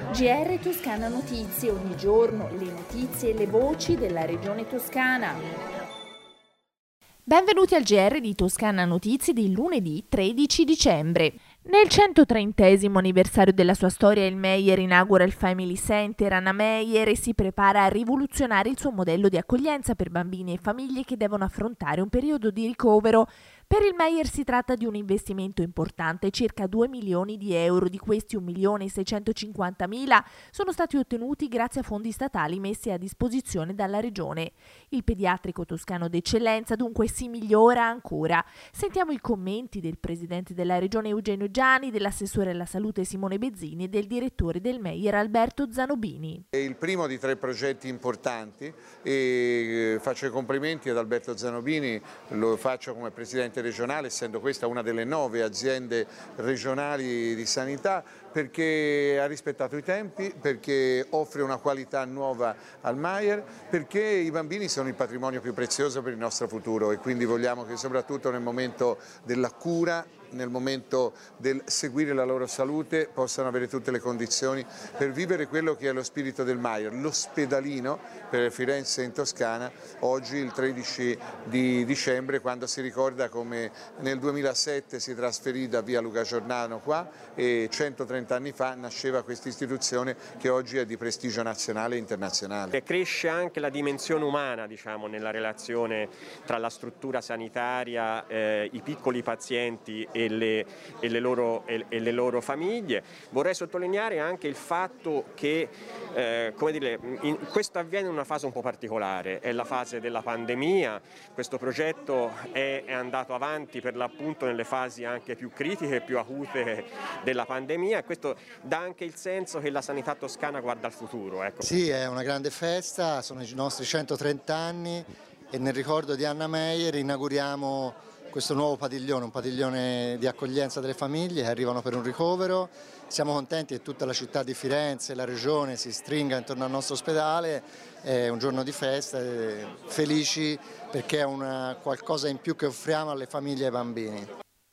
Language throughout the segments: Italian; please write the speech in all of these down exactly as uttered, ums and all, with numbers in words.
G R Toscana Notizie, ogni giorno le notizie e le voci della regione toscana. Benvenuti al G R di Toscana Notizie di lunedì tredici dicembre. Nel centotrentesimo anniversario della sua storia il Meyer inaugura il Family Center Anna Meyer e si prepara a rivoluzionare il suo modello di accoglienza per bambini e famiglie che devono affrontare un periodo di ricovero. Per il Meyer si tratta di un investimento importante, circa due milioni di euro, di questi un milione seicentocinquantamila sono stati ottenuti grazie a fondi statali messi a disposizione dalla Regione. Il pediatrico toscano d'eccellenza dunque si migliora ancora. Sentiamo i commenti del presidente della Regione Eugenio Giani, dell'assessore alla salute Simone Bezzini e del direttore del Meyer Alberto Zanobini. È il primo di tre progetti importanti e faccio i complimenti ad Alberto Zanobini, lo faccio come presidente regionale, essendo questa una delle nove aziende regionali di sanità, perché ha rispettato i tempi, perché offre una qualità nuova al Meyer, perché i bambini sono il patrimonio più prezioso per il nostro futuro e quindi vogliamo che soprattutto nel momento della cura, nel momento del seguire la loro salute, possano avere tutte le condizioni per vivere quello che è lo spirito del Meyer, l'ospedalino per Firenze in Toscana, oggi il tredici di dicembre, quando si ricorda come nel duemilasette si trasferì da via Luca Giordano qua e centotrenta anni fa nasceva questa istituzione che oggi è di prestigio nazionale e internazionale. Cresce anche la dimensione umana, diciamo, nella relazione tra la struttura sanitaria, eh, i piccoli pazienti e le, e, le loro, e, e le loro famiglie. Vorrei sottolineare anche il fatto che eh, come dire, in, questo avviene in una fase un po' particolare, è la fase della pandemia. Questo progetto è, è andato avanti per l'appunto nelle fasi anche più critiche e più acute della pandemia e questo dà anche il senso che la sanità toscana guarda al futuro. Ecco. Sì, è una grande festa, sono i nostri centotrenta anni e nel ricordo di Anna Meyer inauguriamo questo nuovo padiglione, un padiglione di accoglienza delle famiglie che arrivano per un ricovero. Siamo contenti che tutta la città di Firenze e la regione si stringa intorno al nostro ospedale, è un giorno di festa, felici perché è una qualcosa in più che offriamo alle famiglie e ai bambini.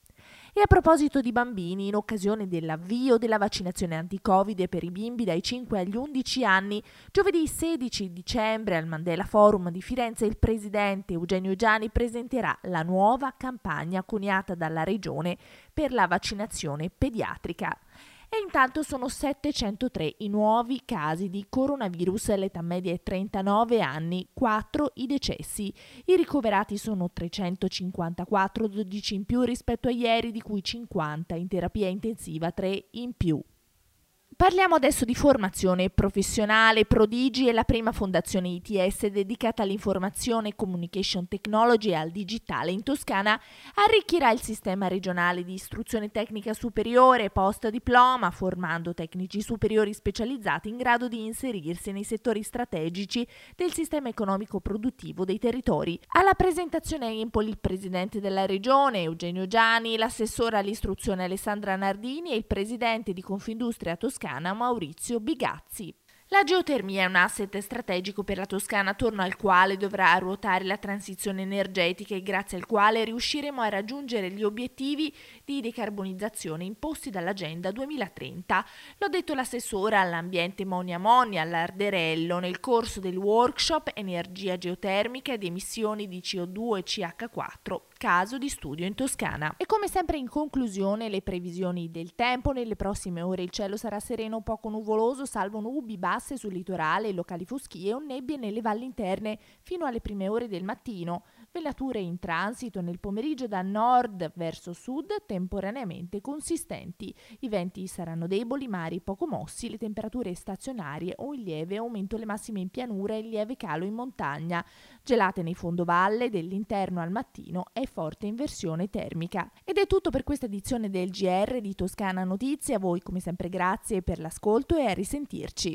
E a proposito di bambini, in occasione dell'avvio della vaccinazione anti-Covid per i bimbi dai cinque agli undici anni, giovedì sedici dicembre al Mandela Forum di Firenze il presidente Eugenio Giani presenterà la nuova campagna coniata dalla Regione per la vaccinazione pediatrica. E intanto sono settecentotre i nuovi casi di coronavirus, l'età media è trentanove anni, quattro i decessi. I ricoverati sono trecentocinquantaquattro, dodici in più rispetto a ieri, di cui cinquanta in terapia intensiva, tre in più. Parliamo adesso di formazione professionale. Prodigi è la prima fondazione I T S dedicata all'informazione, communication technology e al digitale in Toscana. Arricchirà il sistema regionale di istruzione tecnica superiore post diploma, formando tecnici superiori specializzati in grado di inserirsi nei settori strategici del sistema economico produttivo dei territori. Alla presentazione a Empoli il presidente della regione Eugenio Giani, l'assessore all'istruzione Alessandra Nardini e il presidente di Confindustria Toscana Maurizio Bigazzi. La geotermia è un asset strategico per la Toscana attorno al quale dovrà ruotare la transizione energetica e grazie al quale riusciremo a raggiungere gli obiettivi di decarbonizzazione imposti dall'Agenda duemilatrenta. L'ha detto l'assessora all'ambiente Monia Moni all'Arderello nel corso del workshop Energia geotermica ed emissioni di C O due e C H quattro, caso di studio in Toscana. E come sempre in conclusione le previsioni del tempo. Nelle prossime ore il cielo sarà sereno o poco nuvoloso, salvo nubi basse sul litorale, locali foschie o nebbie nelle valli interne fino alle prime ore del mattino. Velature in transito nel pomeriggio da nord verso sud temporaneamente consistenti. I venti saranno deboli, mari poco mossi, le temperature stazionarie o in lieve aumento le massime in pianura e lieve calo in montagna. Gelate nei fondovalle dell'interno al mattino e forte inversione termica. Ed è tutto per questa edizione del G R di Toscana Notizie. A voi come sempre grazie per l'ascolto e a risentirci.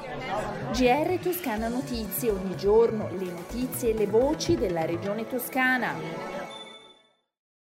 G R Toscana Notizie, ogni giorno le notizie e le voci della regione toscana.